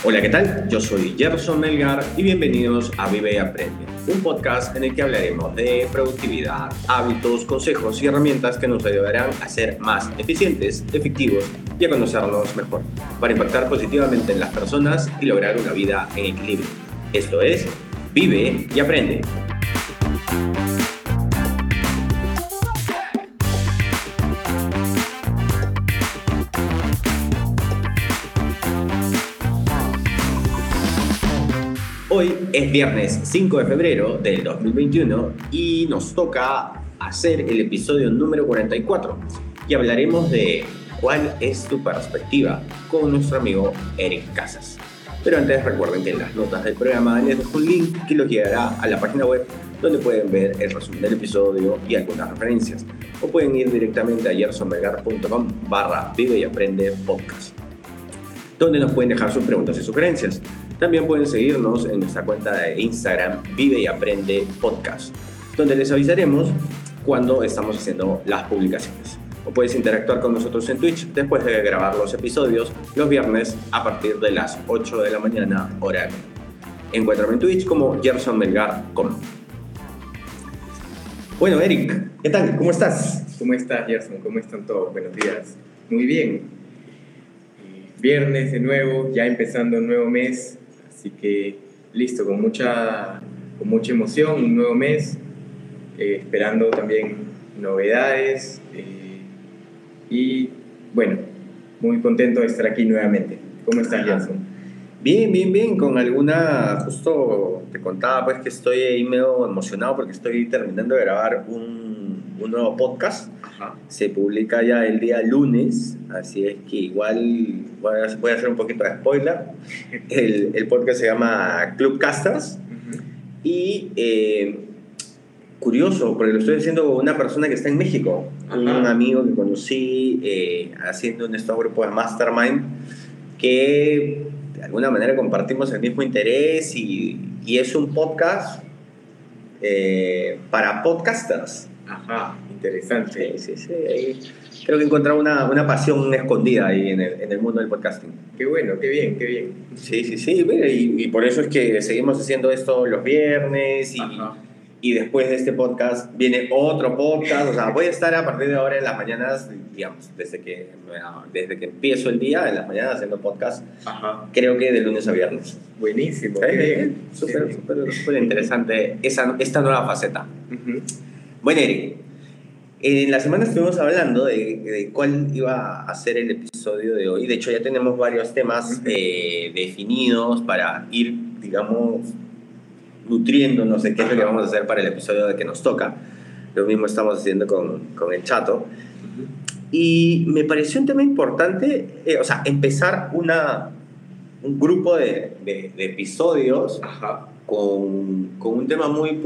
Hola, ¿qué tal? Yo soy Gerson Melgar y bienvenidos a Vive y Aprende, un podcast en el que hablaremos de productividad, hábitos, consejos y herramientas que nos ayudarán a ser más eficientes, efectivos y a conocernos mejor, para impactar positivamente en las personas y lograr una vida en equilibrio. Esto es Vive y Aprende. Hoy es viernes 5 de febrero del 2021 y nos toca hacer el episodio número 44 y hablaremos de cuál es tu perspectiva con nuestro amigo Eric Casas. Pero antes recuerden que en las notas del programa les dejo un link que los guiará a la página web donde pueden ver el resumen del episodio y algunas referencias, o pueden ir directamente a gersonmelgar.com/vive y aprende podcast, donde nos pueden dejar sus preguntas y sugerencias. También pueden seguirnos en nuestra cuenta de Instagram, Vive y Aprende Podcast, donde les avisaremos cuando estamos haciendo las publicaciones. O puedes interactuar con nosotros en Twitch después de grabar los episodios los viernes a partir de las 8 de la mañana, hora. Encuéntrame en Twitch como Gerson Melgar. Bueno, Eric, ¿qué tal? ¿Cómo estás? ¿Cómo estás, Gerson? ¿Cómo están todos? Buenos días. Muy bien. Viernes de nuevo, ya empezando un nuevo mes. Así que listo, con mucha emoción, un nuevo mes, esperando también novedades y bueno, muy contento de estar aquí nuevamente. ¿Cómo estás, Gerson? Bien, con justo te contaba pues que estoy ahí medio emocionado porque estoy terminando de grabar un nuevo podcast. Ajá. Se publica ya el día lunes, así es que igual voy a hacer un poquito de spoiler. El podcast se llama Clubcasters. Uh-huh. Y curioso, porque lo estoy haciendo con una persona que está en México. Ajá. Un amigo que conocí haciendo estos grupos de Mastermind, que de alguna manera compartimos el mismo interés y es un podcast para podcasters. Ajá, interesante. Sí. Ahí creo que he encontrado una pasión escondida ahí en el mundo del podcasting. Qué bueno, qué bien. Sí, mira, y por eso es que seguimos haciendo esto los viernes y después de este podcast viene otro podcast. O sea, voy a estar a partir de ahora en las mañanas, digamos, desde que empiezo el día, en las mañanas haciendo podcast. Ajá. Creo que de lunes a viernes. Buenísimo, ¿Sí? qué bien. Súper interesante esta nueva faceta. Uh-huh. Bueno, Eric, en la semana estuvimos hablando de cuál iba a ser el episodio de hoy. De hecho, ya tenemos varios temas definidos para ir, digamos, nutriéndonos de qué es lo que vamos a hacer para el episodio que nos toca. Lo mismo estamos haciendo con el Chato. Uh-huh. Y me pareció un tema importante, empezar un grupo de episodios. Ajá. con un tema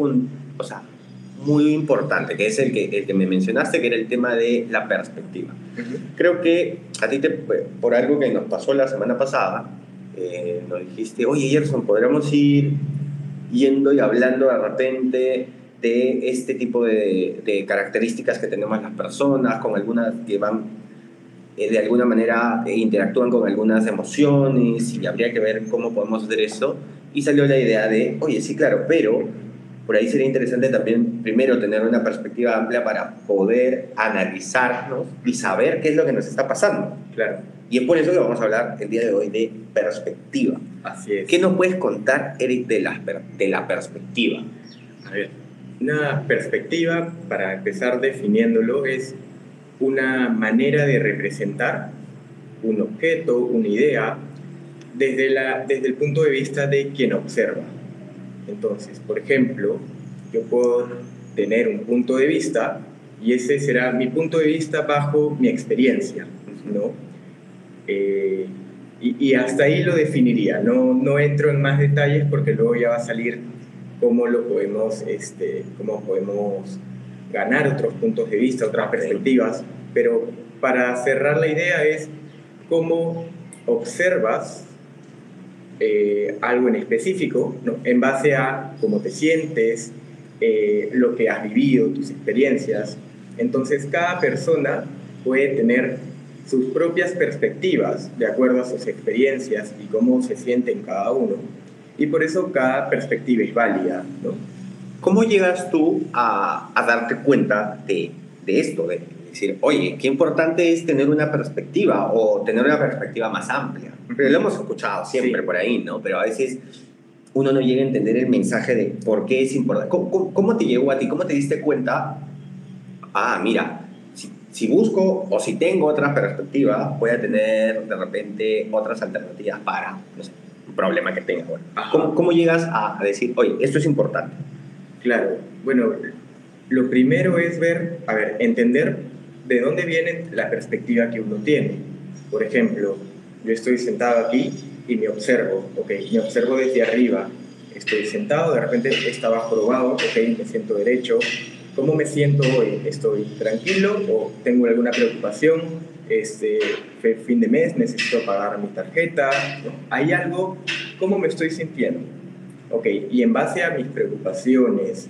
muy importante, que es el que me mencionaste, que era el tema de la perspectiva. Uh-huh. Creo que a ti, por algo que nos pasó la semana pasada, nos dijiste, oye, Gerson, podríamos ir yendo y hablando de repente de este tipo de características que tenemos las personas, con algunas que van, de alguna manera, interactúan con algunas emociones, y habría que ver cómo podemos hacer eso. Y salió la idea de, oye, sí, claro, pero por ahí sería interesante también, primero, tener una perspectiva amplia para poder analizarnos y saber qué es lo que nos está pasando. Claro. Y es por eso que vamos a hablar el día de hoy de perspectiva. Así es. ¿Qué nos puedes contar, Eric, de la perspectiva? A ver, una perspectiva, para empezar definiéndolo, es una manera de representar un objeto, una idea, desde el punto de vista de quien observa. Entonces, por ejemplo, yo puedo tener un punto de vista y ese será mi punto de vista bajo mi experiencia, ¿no? Y hasta ahí lo definiría. No entro en más detalles porque luego ya va a salir cómo podemos ganar otros puntos de vista, otras perspectivas. Pero para cerrar la idea es cómo observas algo en específico, ¿no? En base a cómo te sientes, lo que has vivido, tus experiencias. Entonces, cada persona puede tener sus propias perspectivas de acuerdo a sus experiencias y cómo se sienten cada uno. Y por eso cada perspectiva es válida, ¿no? ¿Cómo llegas tú a darte cuenta de esto? De decir, oye, qué importante es tener una perspectiva o tener una perspectiva más amplia. Pero lo hemos escuchado siempre por ahí, ¿no? Pero a veces uno no llega a entender el mensaje de por qué es importante. ¿Cómo te llegó a ti? ¿Cómo te diste cuenta? Ah, mira, si busco o si tengo otra perspectiva, voy a tener de repente otras alternativas para, no sé, un problema que tenga. Bueno, ¿cómo llegas a decir, oye, esto es importante? Claro, bueno, lo primero es entender de dónde viene la perspectiva que uno tiene. Por ejemplo, yo estoy sentado aquí y me observo, me observo desde arriba, estoy sentado, de repente estaba jorobado, me siento derecho. ¿Cómo me siento hoy? ¿Estoy tranquilo o tengo alguna preocupación? Fin de mes, necesito pagar mi tarjeta, ¿no? ¿Hay algo? ¿Cómo me estoy sintiendo? Y en base a mis preocupaciones,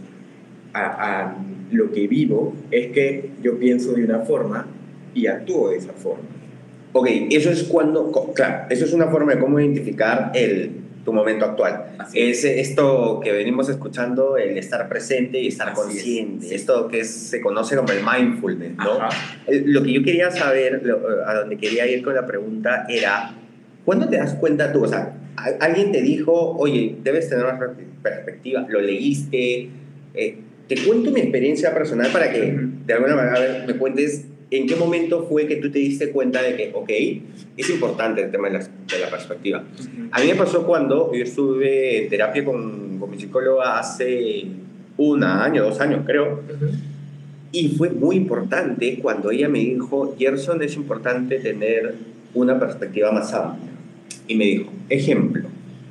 a lo que vivo, es que yo pienso de una forma y actúo de esa forma. Eso es claro, eso es una forma de cómo identificar tu momento actual. Es esto que venimos escuchando, el estar presente y estar consciente. Sí. Esto que se conoce como el mindfulness, ¿no? Lo que yo quería saber, a donde quería ir con la pregunta era, ¿cuándo te das cuenta tú? O sea, alguien te dijo, oye, debes tener una perspectiva, lo leíste. Te cuento mi experiencia personal para que de alguna manera me cuentes en qué momento fue que tú te diste cuenta de que, es importante el tema de la perspectiva. A mí me pasó cuando yo estuve en terapia con mi psicóloga hace 1 año, 2 años creo, y fue muy importante cuando ella me dijo, Gerson, es importante tener una perspectiva más amplia. Y me dijo, ejemplo,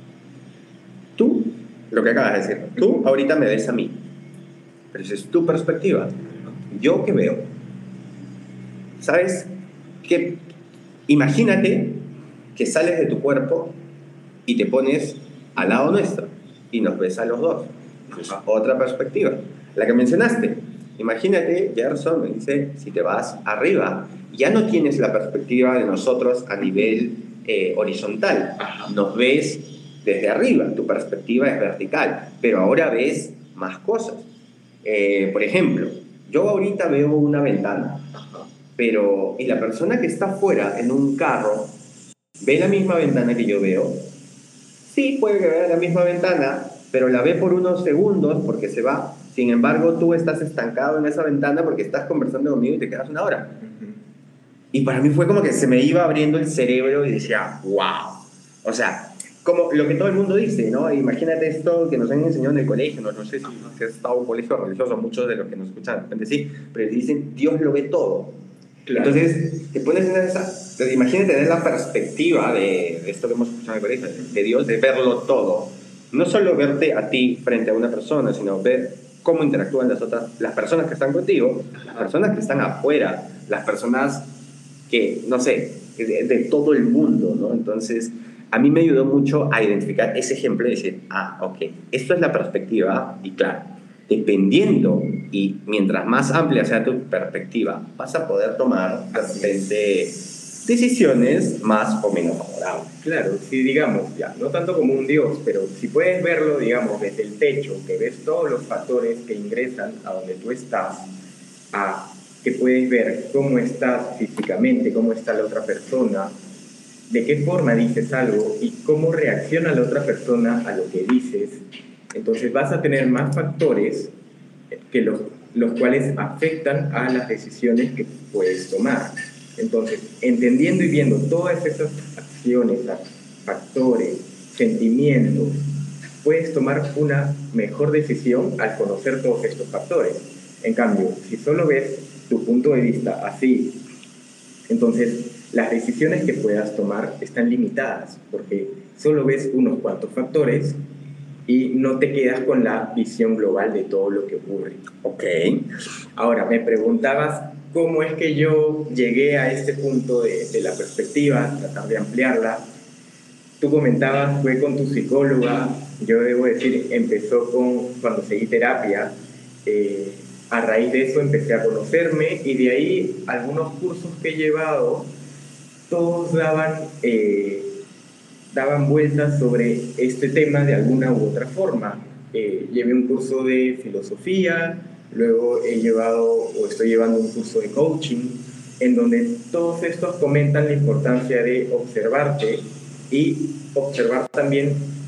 tú, lo que acabas de decir, tú ahorita me ves a mí, pero esa es tu perspectiva. ¿Yo qué veo? ¿Sabes? Imagínate que sales de tu cuerpo y te pones al lado nuestro y nos ves a los dos. Es otra perspectiva. La que mencionaste. Imagínate, Gerson me dice, si te vas arriba, ya no tienes la perspectiva de nosotros a nivel horizontal. Nos ves desde arriba, tu perspectiva es vertical, pero ahora ves más cosas. Por ejemplo, yo ahorita veo una ventana, y la persona que está afuera en un carro ve la misma ventana que yo veo. Sí, puede que vea la misma ventana, pero la ve por unos segundos porque se va. Sin embargo, tú estás estancado en esa ventana porque estás conversando conmigo y te quedas 1 hora. Y para mí fue como que se me iba abriendo el cerebro y decía, wow. O sea, como lo que todo el mundo dice, ¿no? Imagínate esto que nos han enseñado en el colegio, no sé si has estado en un colegio religioso, muchos de los que nos escuchan de repente sí, pero dicen, Dios lo ve todo. Claro. Entonces, te pones en esa... Imagínate tener la perspectiva de esto que hemos escuchado en el colegio, de Dios, de verlo todo. No solo verte a ti frente a una persona, sino ver cómo interactúan las personas que están contigo, las personas que están afuera, las personas que, no sé, de todo el mundo, ¿no? Entonces, a mí me ayudó mucho a identificar ese ejemplo y decir, esto es la perspectiva, y claro, dependiendo y mientras más amplia sea tu perspectiva, vas a poder tomar de repente decisiones más o menos favorables. Claro, si digamos, ya, no tanto como un Dios, pero si puedes verlo, digamos, desde el techo, que ves todos los factores que ingresan a donde tú estás, que puedes ver cómo estás físicamente, cómo está la otra persona, de qué forma dices algo y cómo reacciona la otra persona a lo que dices, entonces vas a tener más factores que los cuales afectan a las decisiones que puedes tomar. Entonces, entendiendo y viendo todas esas acciones, factores, sentimientos, puedes tomar una mejor decisión al conocer todos estos factores. En cambio, si solo ves tu punto de vista así, entonces las decisiones que puedas tomar están limitadas porque solo ves unos cuantos factores y no te quedas con la visión global de todo lo que ocurre. Ahora, me preguntabas cómo es que yo llegué a este punto de la perspectiva, tratar de ampliarla. Tú comentabas, fue con tu psicóloga, yo debo decir, empezó cuando seguí terapia. A raíz de eso empecé a conocerme y de ahí algunos cursos que he llevado todos daban vueltas sobre este tema de alguna u otra forma. Llevé un curso de filosofía, luego he llevado o estoy llevando un curso de coaching, en donde todos estos comentan la importancia de observarte y observar también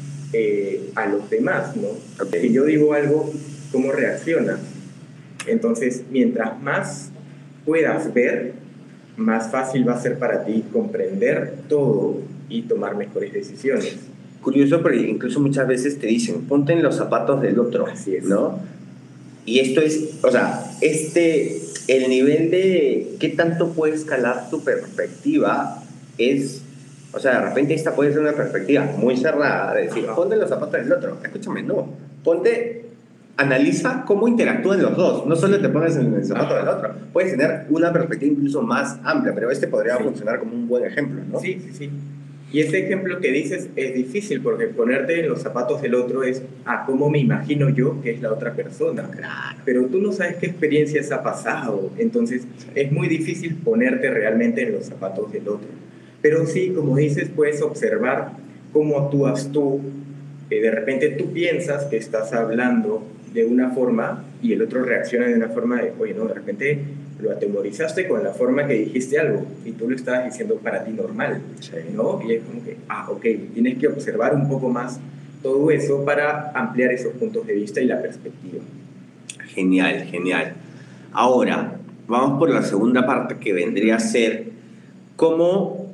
a los demás, ¿no? Okay. Si yo digo algo, ¿cómo reaccionas? Entonces, mientras más puedas ver, más fácil va a ser para ti comprender todo y tomar mejores decisiones. Curioso, porque incluso muchas veces te dicen, ponte en los zapatos del otro. Así es. ¿No? Y esto es, o sea, el nivel de qué tanto puede escalar tu perspectiva es, o sea, de repente esta puede ser una perspectiva muy cerrada, de decir, ponte en los zapatos del otro. Escúchame, no. Analiza cómo interactúan los dos. No solo te pones en el zapato del otro. Puedes tener una perspectiva incluso más amplia, pero podría funcionar como un buen ejemplo, ¿no? Sí. Y ese ejemplo que dices es difícil porque ponerte en los zapatos del otro es cómo me imagino yo que es la otra persona. Claro. Pero tú no sabes qué experiencias ha pasado. Entonces es muy difícil ponerte realmente en los zapatos del otro. Pero sí, como dices, puedes observar cómo actúas tú. De repente tú piensas que estás hablando de una forma y el otro reacciona de una forma de, oye, no, de repente lo atemorizaste con la forma que dijiste algo y tú lo estabas diciendo para ti normal, ¿no? Y es como que, ok, tienes que observar un poco más todo eso para ampliar esos puntos de vista y la perspectiva. Genial. Ahora, vamos por la segunda parte, que vendría a ser cómo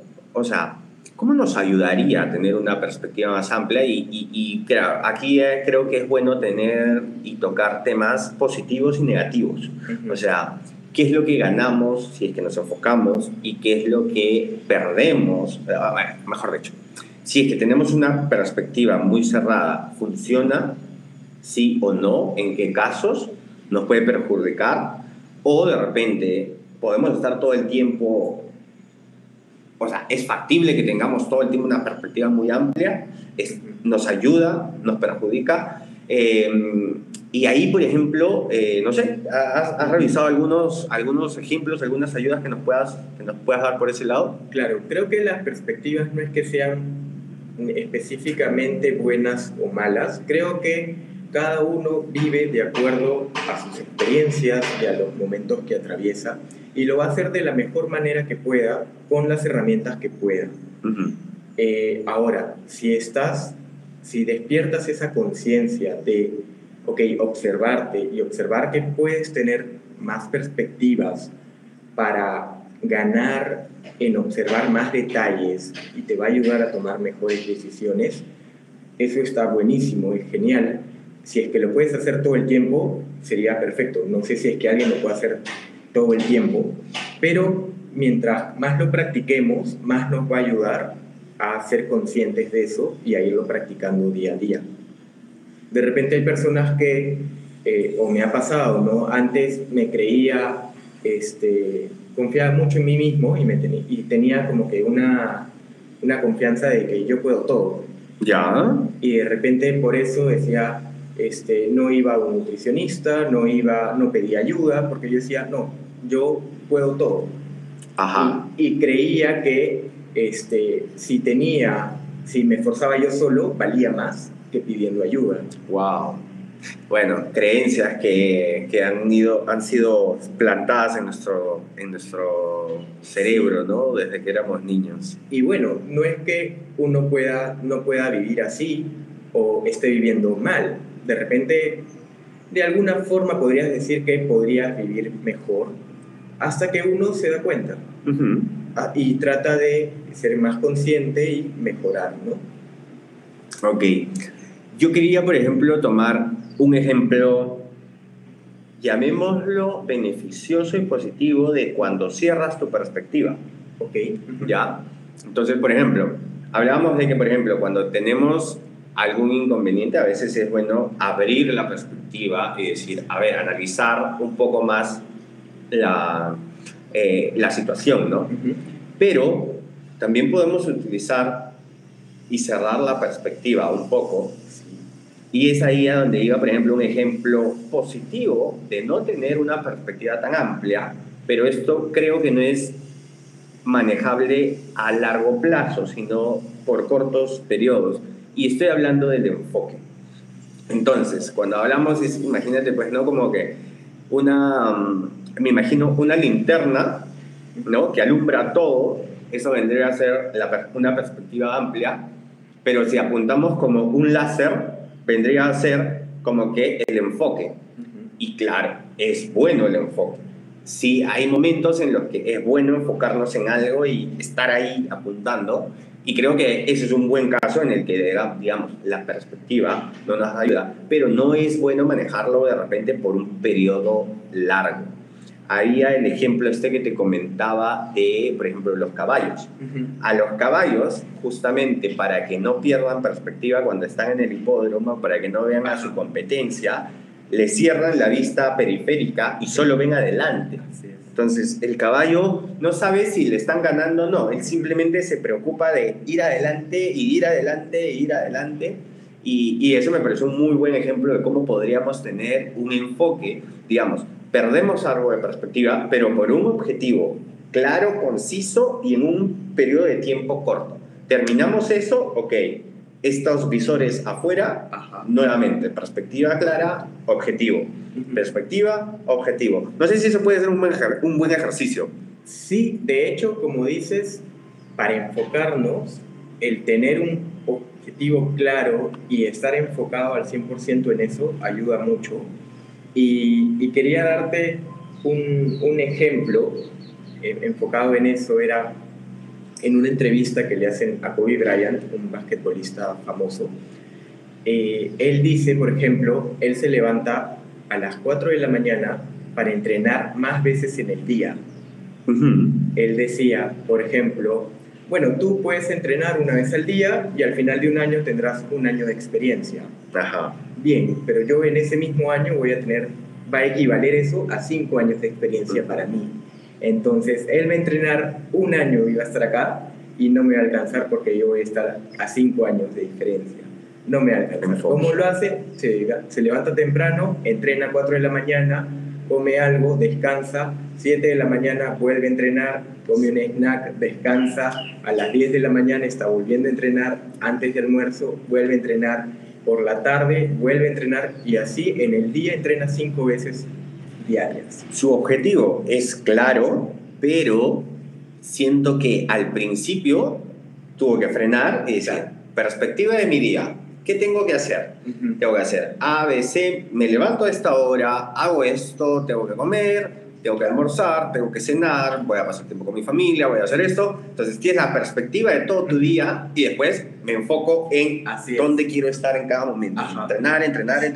nos ayudaría a tener una perspectiva más amplia y claro, aquí creo que es bueno tener y tocar temas positivos y negativos. Uh-huh. O sea, ¿qué es lo que ganamos si es que nos enfocamos y qué es lo que perdemos? Mejor dicho, si es que tenemos una perspectiva muy cerrada, ¿funciona? ¿Sí o no? ¿En qué casos nos puede perjudicar? O de repente podemos estar todo el tiempo... O sea, es factible que tengamos todo el tiempo una perspectiva muy amplia, nos ayuda, nos perjudica. Y ahí, por ejemplo, no sé, ¿has revisado algunos ejemplos, algunas ayudas que nos puedas dar por ese lado? Claro, creo que las perspectivas no es que sean específicamente buenas o malas. Creo que cada uno vive de acuerdo a sus experiencias y a los momentos que atraviesa y lo va a hacer de la mejor manera que pueda, con las herramientas que pueda. Uh-huh. Ahora, si despiertas esa conciencia de, observarte y observar que puedes tener más perspectivas para ganar en observar más detalles y te va a ayudar a tomar mejores decisiones, eso está buenísimo, es genial. Si es que lo puedes hacer todo el tiempo, sería perfecto. No sé si es que alguien lo puede hacer todo el tiempo, pero mientras más lo practiquemos, más nos va a ayudar a ser conscientes de eso y a irlo practicando día a día. De repente hay personas que, o me ha pasado, ¿no? Antes me creía, confiaba mucho en mí mismo y tenía como que una confianza de que yo puedo todo. ¿Ya? Y de repente por eso decía, no iba a un nutricionista, no pedía ayuda, porque yo decía, no, yo puedo todo. Ajá. Y creía que si me esforzaba yo solo, valía más que pidiendo ayuda. Wow. Bueno, creencias que han sido plantadas en nuestro cerebro, ¿no? Desde que éramos niños. Y bueno, no es que uno no pueda vivir así o esté viviendo mal. De repente, de alguna forma podrías decir que podrías vivir mejor hasta que uno se da cuenta. Uh-huh. Y trata de ser más consciente y mejorar, ¿no? Ok. Yo quería, por ejemplo, tomar un ejemplo, llamémoslo beneficioso y positivo, de cuando cierras tu perspectiva. Ok. ¿Ya? Entonces, por ejemplo, hablábamos de que, por ejemplo, cuando tenemos algún inconveniente, a veces es bueno abrir la perspectiva y decir, analizar un poco más la situación, ¿no? Uh-huh. Pero también podemos utilizar y cerrar la perspectiva un poco. Y es ahí a donde iba, por ejemplo, un ejemplo positivo de no tener una perspectiva tan amplia, pero esto creo que no es manejable a largo plazo, sino por cortos periodos. Y estoy hablando del enfoque. Entonces, cuando hablamos, imagínate, pues, ¿no? Como que me imagino una linterna, ¿no? Que alumbra todo. Eso vendría a ser una perspectiva amplia, pero si apuntamos como un láser, vendría a ser como que el enfoque. Y claro, es bueno el enfoque. Sí, hay momentos en los que es bueno enfocarnos en algo y estar ahí apuntando, y creo que ese es un buen caso en el que, digamos, la perspectiva no nos ayuda, pero no es bueno manejarlo de repente por un periodo largo. Había el ejemplo que te comentaba de, por ejemplo, los caballos. A los caballos, justamente para que no pierdan perspectiva cuando están en el hipódromo, para que no vean a su competencia, le cierran la vista periférica y solo ven adelante. Entonces, el caballo no sabe si le están ganando o no, él simplemente se preocupa de ir adelante y ir adelante e ir adelante. Y eso me parece un muy buen ejemplo de cómo podríamos tener un enfoque, digamos, perdemos algo de perspectiva, pero por un objetivo claro, conciso y en un periodo de tiempo corto. Terminamos eso, ok, estos visores afuera, nuevamente, perspectiva clara, objetivo. Perspectiva, objetivo. No sé si eso puede ser un buen ejercicio. Sí, de hecho, como dices, para enfocarnos, el tener un objetivo claro y estar enfocado al 100% en eso ayuda mucho. Y quería darte un ejemplo enfocado en eso. Era en una entrevista que le hacen a Kobe Bryant, un basquetbolista famoso. Él dice, por ejemplo, él se levanta a las 4 de la mañana para entrenar más veces en el día. Él decía, por ejemplo, bueno, tú puedes entrenar una vez al día y al final de un año tendrás un año de experiencia. Bien, pero yo en ese mismo año va a equivaler eso a 5 años de experiencia para mí. Entonces, él va a entrenar un año y va a estar acá y no me va a alcanzar porque yo voy a estar a 5 años de diferencia. No me va a alcanzar. ¿Cómo lo hace? Se levanta temprano, entrena a 4 de la mañana, come algo, descansa, 7 de la mañana vuelve a entrenar, come un snack, descansa, a las 10 de la mañana está volviendo a entrenar, antes de almuerzo vuelve a entrenar, por la tarde vuelve a entrenar y así en el día entrena 5 veces diarias. Su objetivo es claro, pero siento que al principio tuvo que frenar y decir, perspectiva de mi día, ¿qué tengo que hacer? Tengo que hacer A, B, C, me levanto a esta hora, hago esto, tengo que comer, tengo que almorzar, tengo que cenar, voy a pasar tiempo con mi familia, voy a hacer esto. Entonces tienes la perspectiva de todo tu día y después me enfoco en dónde quiero estar en cada momento. Entrenar.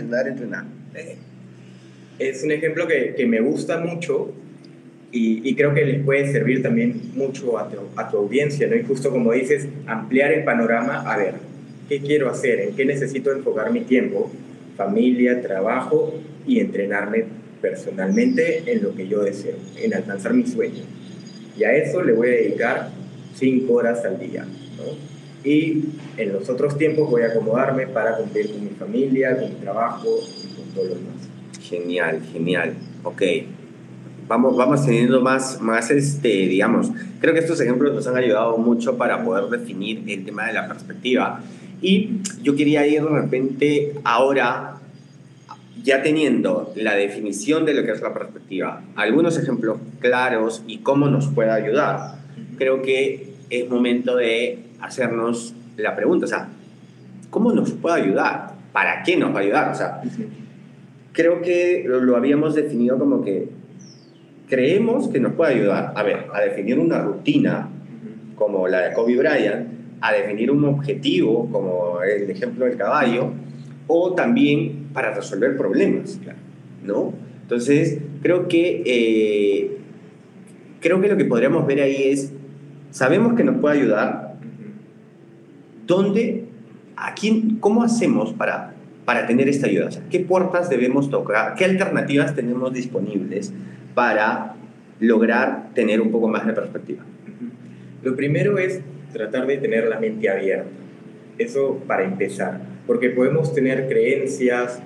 Es un ejemplo que me gusta mucho y creo que les puede servir también mucho a tu audiencia, ¿no? Y justo como dices, ampliar el panorama, a ver, ¿qué quiero hacer? ¿En qué necesito enfocar mi tiempo? Familia, trabajo y entrenarme personalmente en lo que yo deseo, en alcanzar mi sueño. Y a eso le voy a dedicar 5 horas al día, ¿no? Y en los otros tiempos voy a acomodarme para cumplir con mi familia, con mi trabajo y con todo lo demás. Genial. Ok. Vamos teniendo más digamos, creo que estos ejemplos nos han ayudado mucho para poder definir el tema de la perspectiva. Y yo quería ir de repente ahora, ya teniendo la definición de lo que es la perspectiva, algunos ejemplos claros y cómo nos puede ayudar. Creo que es momento de hacernos la pregunta, o sea, ¿cómo nos puede ayudar? ¿Para qué nos va a ayudar? O sea, creo que lo habíamos definido como que creemos que nos puede ayudar, a definir una rutina como la de Kobe Bryant, a definir un objetivo como el ejemplo del caballo, o también para resolver problemas, ¿no? Entonces, creo que lo que podríamos ver ahí es, sabemos que nos puede ayudar, ¿dónde, a quién, cómo hacemos para tener esta ayuda? O sea, ¿qué puertas debemos tocar? ¿Qué alternativas tenemos disponibles para lograr tener un poco más de perspectiva? Lo primero es tratar de tener la mente abierta. Eso para empezar, porque podemos tener creencias,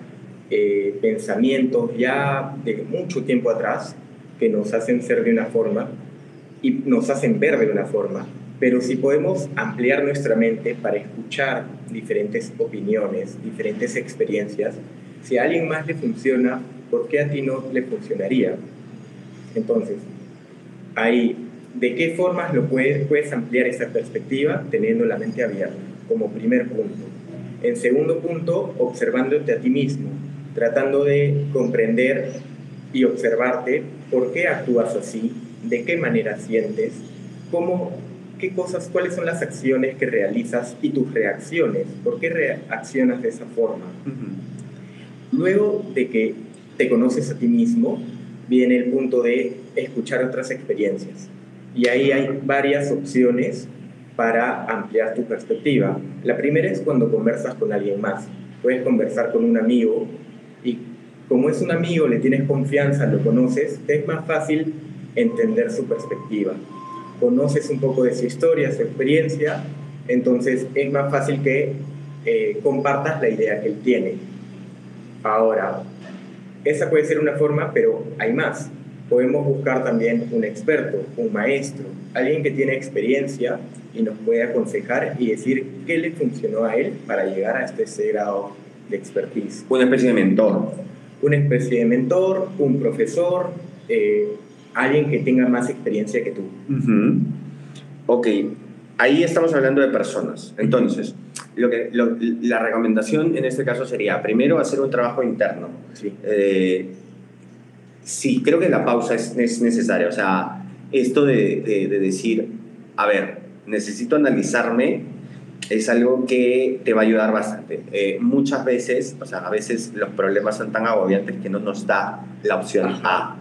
pensamientos ya de mucho tiempo atrás que nos hacen ser de una forma y nos hacen ver de una forma, pero si podemos ampliar nuestra mente para escuchar diferentes opiniones, diferentes experiencias, si a alguien más le funciona, ¿por qué a ti no le funcionaría? Entonces, ahí, ¿de qué formas puedes ampliar esa perspectiva teniendo la mente abierta? Como primer punto. En segundo punto, observándote a ti mismo, tratando de comprender y observarte por qué actúas así, de qué manera sientes, cuáles son las acciones que realizas y tus reacciones, por qué reaccionas de esa forma. Luego de que te conoces a ti mismo, viene el punto de escuchar otras experiencias. Y ahí hay varias opciones para ampliar tu perspectiva. La primera es cuando conversas con alguien más. Puedes conversar con un amigo y como es un amigo, le tienes confianza, lo conoces, te es más fácil entender su perspectiva. Conoces un poco de su historia, su experiencia, entonces es más fácil que compartas la idea que él tiene. Ahora, esa puede ser una forma, pero hay más. Podemos buscar también un experto, un maestro, alguien que tiene experiencia y nos puede aconsejar y decir qué le funcionó a él para llegar a ese grado de expertise. Una especie de mentor. Una especie de mentor, un profesor, alguien que tenga más experiencia que tú. Ok, ahí estamos hablando de personas. Entonces, la recomendación en este caso sería, primero, hacer un trabajo interno. Sí. Sí, creo que la pausa es necesaria. O sea, esto de decir, a ver, necesito analizarme, es algo que te va a ayudar bastante. Muchas veces, o sea, a veces los problemas son tan agobiantes que no nos da la opción A.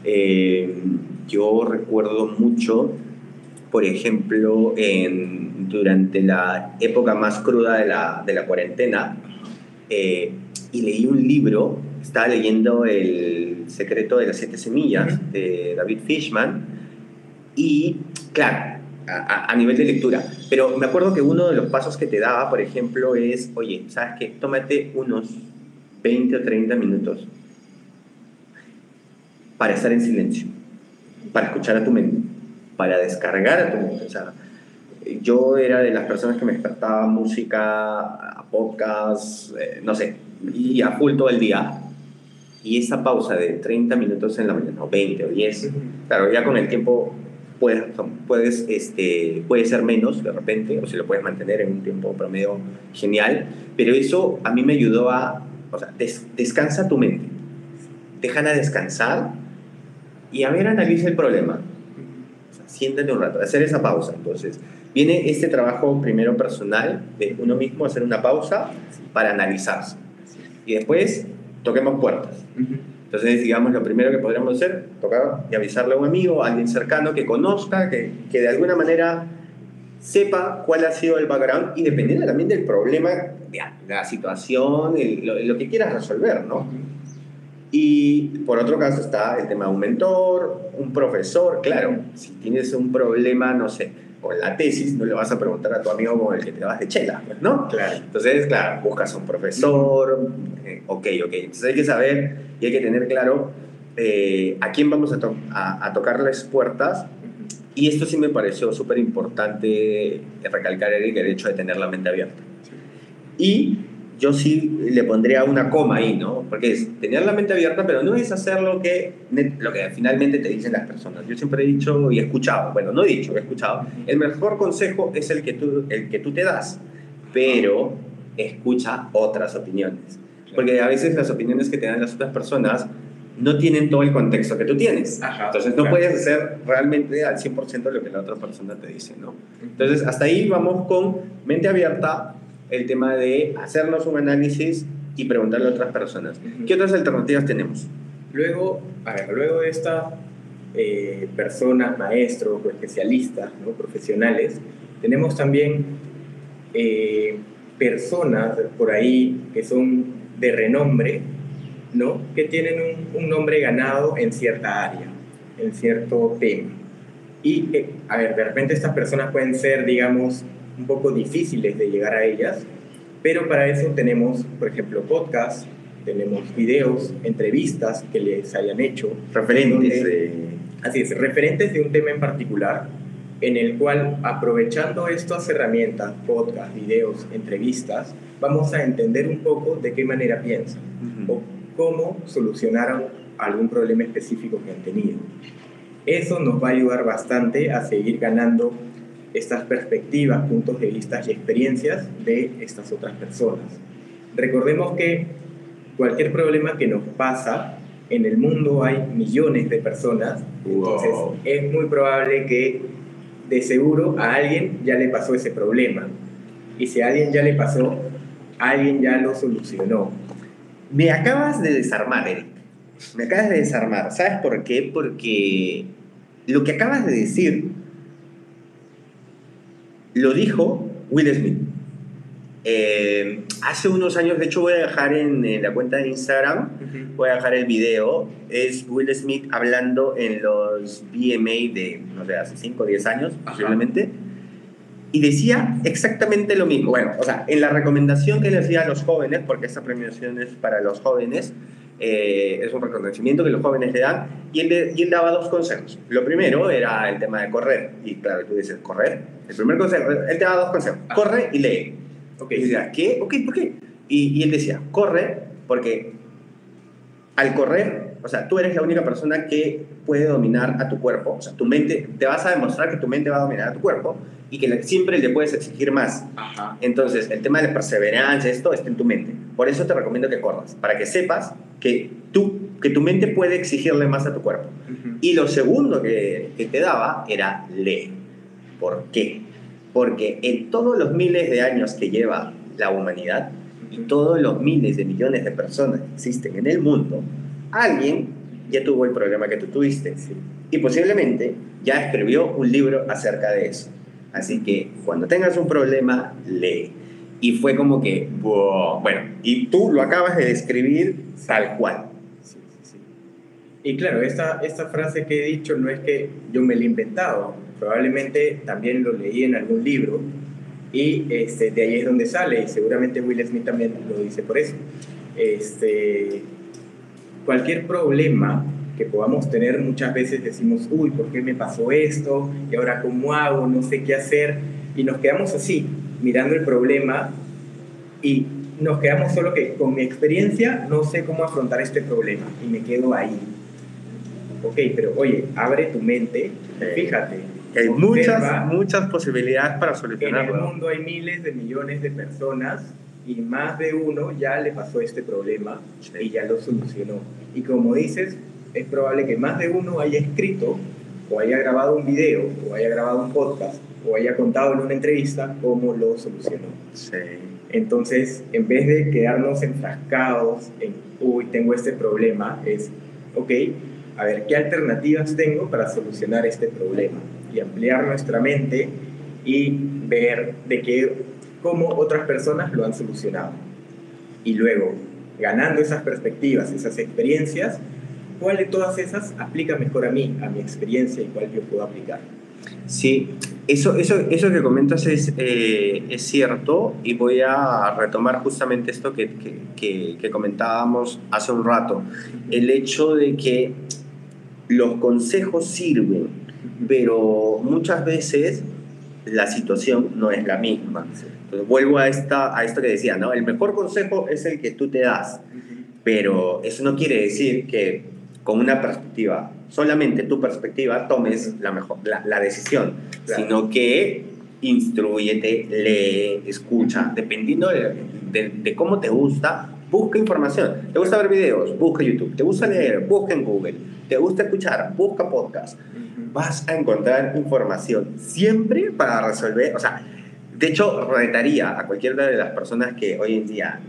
Yo recuerdo mucho, por ejemplo, durante la época más cruda de la cuarentena, y leí un libro, estaba leyendo El secreto de las 7 semillas de David Fishman, y claro, a nivel de lectura, pero me acuerdo que uno de los pasos que te daba, por ejemplo, es, oye, ¿sabes qué? Tómate unos 20 o 30 minutos para estar en silencio, para escuchar a tu mente, para descargar a tu mente. O sea, yo era de las personas que me despertaba música, podcasts, no sé, y a full todo el día. Y esa pausa de 30 minutos en la mañana, o 20 o 10, claro, ya con el tiempo puede ser menos de repente, o si lo puedes mantener en un tiempo promedio, genial, pero eso a mí me ayudó o sea, descansa tu mente, déjala descansar y a ver, analiza el problema. O sea, siéntate un rato, hacer esa pausa. Entonces, viene este trabajo primero personal de uno mismo, hacer una pausa para analizarse. Y después, toquemos puertas. Entonces, digamos, lo primero que podríamos hacer, tocar y avisarle a un amigo, a alguien cercano que conozca, que de alguna manera sepa cuál ha sido el background y dependiendo también del problema, de la situación, lo que quieras resolver, ¿no? Y por otro caso está el tema de un mentor, un profesor. Claro, si tienes un problema, no sé, con la tesis, no le vas a preguntar a tu amigo con el que te vas de chela, ¿no? Claro. Entonces, claro, buscas a un profesor, ok. Entonces hay que saber y hay que tener claro a quién vamos a tocarles puertas. Y esto sí me pareció súper importante recalcar, Eric, el hecho de tener la mente abierta. Y yo sí le pondría una coma ahí, ¿no? Porque es tener la mente abierta, pero no es hacer lo que finalmente te dicen las personas. Yo siempre he dicho y he escuchado, bueno, no he dicho, he escuchado, el mejor consejo es el que tú te das, pero escucha otras opiniones. Porque a veces las opiniones que te dan las otras personas no tienen todo el contexto que tú tienes. Entonces no puedes hacer realmente al 100% lo que la otra persona te dice, ¿no? Entonces hasta ahí vamos con mente abierta, el tema de hacernos un análisis y preguntarle a otras personas. ¿Qué otras alternativas tenemos? Luego de estas personas, maestros o especialistas, ¿no? Profesionales, tenemos también personas por ahí que son de renombre, ¿no? Que tienen un nombre ganado en cierta área, en cierto tema. Y, de repente estas personas pueden ser, digamos, un poco difíciles de llegar a ellas, pero para eso tenemos, por ejemplo, podcasts, tenemos videos, entrevistas que les hayan hecho. Referentes. Así es, referentes de un tema en particular, en el cual, aprovechando estas herramientas, podcast, videos, entrevistas, vamos a entender un poco de qué manera piensan o cómo solucionaron algún problema específico que han tenido. Eso nos va a ayudar bastante a seguir ganando estas perspectivas, puntos de vista y experiencias de estas otras personas. Recordemos que cualquier problema que nos pasa, en el mundo hay millones de personas, entonces es muy probable que de seguro a alguien ya le pasó ese problema. Y si a alguien ya le pasó, alguien ya lo solucionó. Me acabas de desarmar, Eric. Me acabas de desarmar. ¿Sabes por qué? Porque lo que acabas de decir lo dijo Will Smith. Hace unos años, de hecho voy a dejar en la cuenta de Instagram, voy a dejar el video, es Will Smith hablando en los VMA de, no sé, hace 5 o 10 años, posiblemente, y decía exactamente lo mismo. Bueno, o sea, en la recomendación que le hacía a los jóvenes, porque esta premiación es para los jóvenes, es un reconocimiento que los jóvenes le dan, y él daba 2 consejos. Lo primero era el tema de correr, y claro, tú dices, ¿correr? El primer consejo, él te daba 2 consejos, corre y lee. Y decía, ¿qué? Ok, ¿por qué? Y él decía, corre, porque al correr, o sea, tú eres la única persona que puede dominar a tu cuerpo. O sea, tu mente, te vas a demostrar que tu mente va a dominar a tu cuerpo y que siempre le puedes exigir más. Entonces, el tema de la perseverancia, esto está en tu mente. Por eso te recomiendo que corras, para que sepas que tu mente puede exigirle más a tu cuerpo. Y lo segundo que te daba era lee. ¿Por qué? Porque en todos los miles de años que lleva la humanidad y todos los miles de millones de personas que existen en el mundo, alguien ya tuvo el problema que tú tuviste. Y posiblemente ya escribió un libro acerca de eso. Así que cuando tengas un problema, lee. Y fue como que, wow. Bueno, y tú lo acabas de describir tal cual. Y claro, esta frase que he dicho no es que yo me la he inventado. Probablemente también lo leí en algún libro y de ahí es donde sale, y seguramente Will Smith también lo dice por eso. Cualquier problema que podamos tener, muchas veces decimos, uy, ¿por qué me pasó esto? ¿Y ahora cómo hago? No sé qué hacer. Y nos quedamos así, mirando el problema, y nos quedamos solo que con mi experiencia no sé cómo afrontar este problema, y me quedo ahí. Ok, pero oye, abre tu mente, fíjate. Hay muchas posibilidades para solucionarlo. En el mundo hay miles de millones de personas y más de uno ya le pasó este problema y ya lo solucionó. Y como dices, es probable que más de uno haya escrito o haya grabado un video o haya grabado un podcast o haya contado en una entrevista cómo lo solucionó. Entonces, en vez de quedarnos enfrascados en, uy, tengo este problema, es, ok, a ver, ¿qué alternativas tengo para solucionar este problema? Y ampliar nuestra mente y ver cómo otras personas lo han solucionado. Y luego, ganando esas perspectivas, esas experiencias, ¿cuál de todas esas aplica mejor a mí, a mi experiencia, y cuál yo puedo aplicar? Sí, eso que comentas es cierto, y voy a retomar justamente esto que comentábamos hace un rato. El hecho de que los consejos sirven, pero muchas veces la situación no es la misma. Entonces vuelvo a esto que decía, ¿no? El mejor consejo es el que tú te das, pero eso no quiere decir que con una perspectiva, solamente tu perspectiva, tomes la decisión, sino que instrúyete, lee, escucha, dependiendo de cómo te gusta, busca información. ¿Te gusta ver videos? Busca YouTube. ¿Te gusta leer? Busca en Google. ¿Te gusta escuchar? Busca podcast. Vas a encontrar información siempre para resolver. O sea, de hecho, retaría a cualquiera de las personas que hoy en día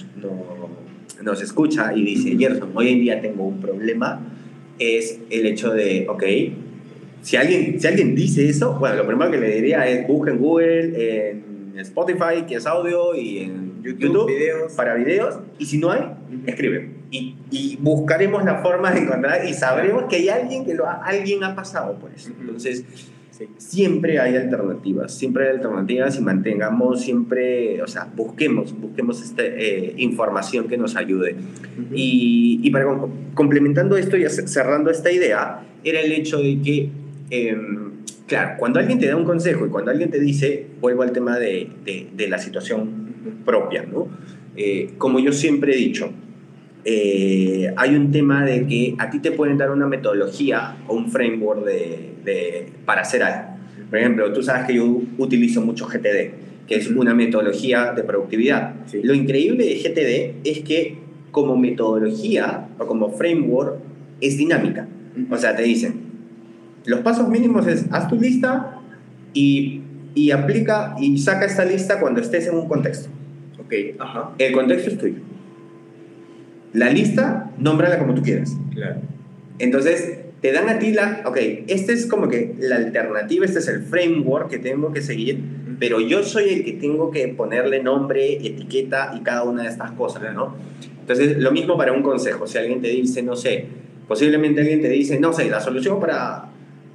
nos escucha y dice, Gerson, hoy en día tengo un problema, es el hecho de, ok, si alguien dice eso, bueno, lo primero que le diría es busca en Google, en Spotify, que es audio, y en YouTube para videos, y si no hay, escribe. Y buscaremos la forma de encontrar y sabremos que hay alguien alguien ha pasado por eso. Entonces, Sí. Siempre hay alternativas y mantengamos siempre, o sea, busquemos información que nos ayude. Uh-huh. Y para complementando esto y cerrando esta idea, era el hecho de que, claro, cuando alguien te da un consejo y cuando alguien te dice, vuelvo al tema de la situación propia, ¿no? Como yo siempre he dicho, hay un tema de que a ti te pueden dar una metodología o un framework para hacer algo. Por ejemplo, tú sabes que yo utilizo mucho GTD, que es una metodología de productividad. Sí. Lo increíble de GTD es que como metodología o como framework es dinámica. O sea, te dicen, los pasos mínimos es haz tu lista y aplica y saca esta lista cuando estés en un contexto. Ok, ajá. El contexto es tuyo. La lista, nómbrala como tú quieras. Claro. Entonces, te dan a ti ok, este es como que la alternativa, este es el framework que tengo que seguir, pero yo soy el que tengo que ponerle nombre, etiqueta y cada una de estas cosas, ¿no? Entonces, lo mismo para un consejo. Si alguien te dice, no sé, posiblemente alguien te dice, no sé, la solución para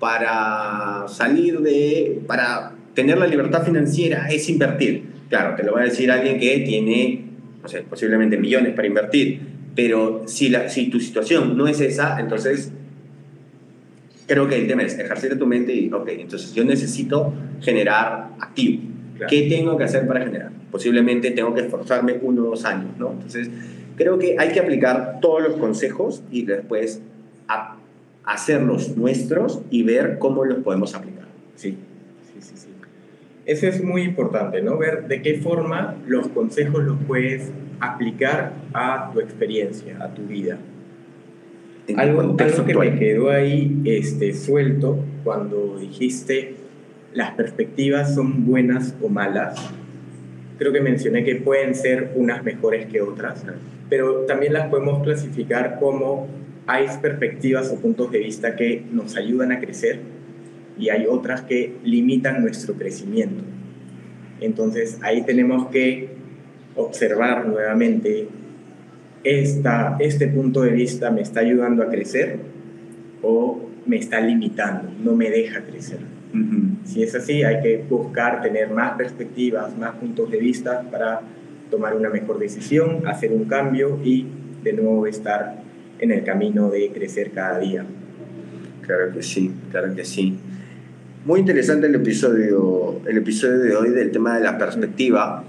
tener la libertad financiera es invertir. Claro, te lo va a decir alguien que tiene, no sé, posiblemente millones para invertir. Pero si tu situación no es esa, entonces creo que el tema es ejercer tu mente y, ok, entonces yo necesito generar activo. Claro. ¿Qué tengo que hacer para generar? Posiblemente tengo que esforzarme 1 o 2 años, ¿no? Entonces, creo que hay que aplicar todos los consejos y después hacerlos nuestros y ver cómo los podemos aplicar. Sí. Eso es muy importante, ¿no? Ver de qué forma los consejos los puedes aplicar a tu experiencia, a tu vida. Algo que me quedó ahí suelto cuando dijiste las perspectivas son buenas o malas. Creo que mencioné que pueden ser unas mejores que otras, pero también las podemos clasificar como hay perspectivas o puntos de vista que nos ayudan a crecer y hay otras que limitan nuestro crecimiento. Entonces ahí tenemos que observar nuevamente, ¿este punto de vista me está ayudando a crecer o me está limitando, no me deja crecer? Uh-huh. Si es así, hay que buscar tener más perspectivas, más puntos de vista para tomar una mejor decisión, hacer un cambio y de nuevo estar en el camino de crecer cada día. Claro que sí, claro que sí. Muy interesante el episodio de hoy del tema de la perspectiva.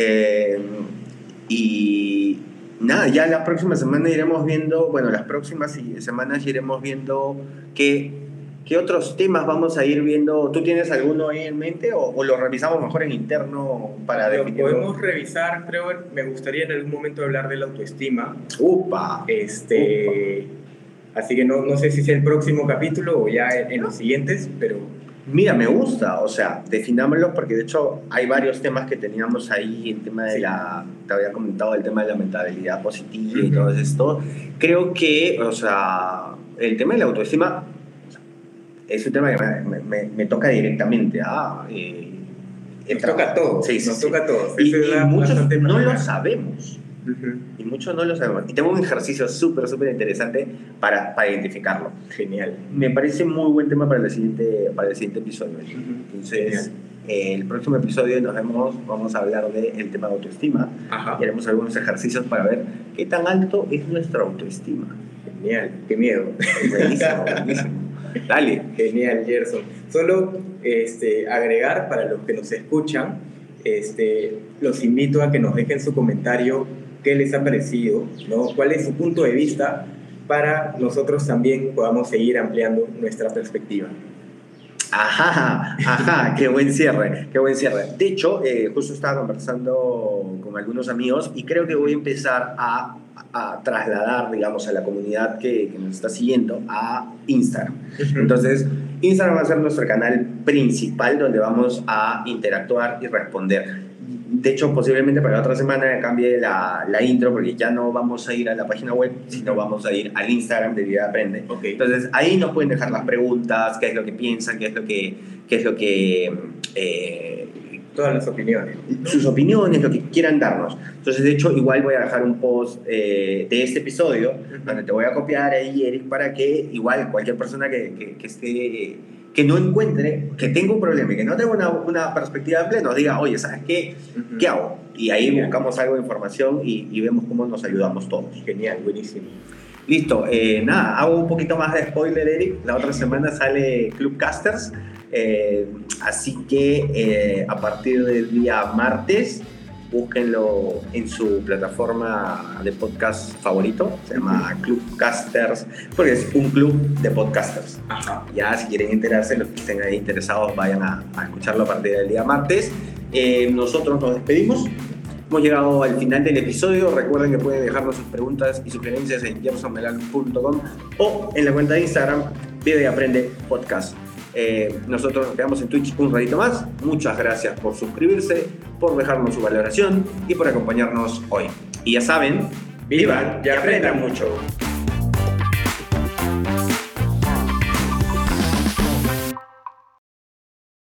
Y nada, ya la próxima semana iremos viendo, las próximas semanas iremos viendo qué otros temas vamos a ir viendo. ¿Tú tienes alguno ahí en mente o lo revisamos mejor en interno para definirlo? Lo podemos revisar, creo. Me gustaría en algún momento hablar de la autoestima. ¡Upa! Así que no sé si es el próximo capítulo o ya en los siguientes, pero... Mira, me gusta, o sea, definámoslo porque de hecho hay varios temas que teníamos ahí, el tema de te había comentado el tema de la mentalidad positiva y todo esto. Creo que, o sea, el tema de la autoestima es un tema que me toca directamente. Nos toca a todos. Sí, nos toca a todos. Y muchos no lo sabemos. Y muchos no lo sabemos. Y tengo un ejercicio súper interesante para identificarlo. Genial. Me parece muy buen tema para el siguiente episodio. Entonces, el próximo episodio vamos a hablar del tema de autoestima. Ajá. Y haremos algunos ejercicios para ver qué tan alto es nuestra autoestima. Genial, qué miedo. Buenísimo. Dale. Genial, Gerson. Solo agregar para los que nos escuchan, los invito a que nos dejen su comentario, qué les ha parecido, ¿no? Cuál es su punto de vista para nosotros también podamos seguir ampliando nuestra perspectiva. Ajá, qué buen cierre. De hecho, justo estaba conversando con algunos amigos y creo que voy a empezar a trasladar, digamos, a la comunidad que nos está siguiendo a Instagram. Entonces, Instagram va a ser nuestro canal principal donde vamos a interactuar y responder. De hecho, posiblemente para la otra semana cambie la intro porque ya no vamos a ir a la página web, sino vamos a ir al Instagram de Vida Aprende. Okay. Entonces, ahí nos pueden dejar las preguntas, qué es lo que piensan, qué es lo que todas las opiniones, ¿no? Sus opiniones, lo que quieran darnos. Entonces, de hecho, igual voy a dejar un post de este episodio donde te voy a copiar ahí, Eric, para que igual cualquier persona que que no encuentre, que tenga un problema y que no tenga una perspectiva amplia, nos diga, oye, ¿sabes qué? ¿Qué hago? Y ahí buscamos algo de información y vemos cómo nos ayudamos todos. Genial, buenísimo. Listo, nada, hago un poquito más de spoiler, Eric. La otra semana sale Clubcasters, así que a partir del día martes, búsquenlo en su plataforma de podcast favorito, se llama Clubcasters, porque es un club de podcasters. Ajá. Ya, si quieren enterarse, los que estén ahí interesados, vayan a escucharlo a partir del día martes. Nosotros nos despedimos. Hemos llegado al final del episodio. Recuerden que pueden dejarnos sus preguntas y sugerencias en jeffersonmelan.com o en la cuenta de Instagram Vive y Aprende Podcast. Nosotros nos quedamos en Twitch un ratito más. Muchas gracias por suscribirse, por dejarnos su valoración y por acompañarnos hoy. Y ya saben, vivan y aprendan mucho.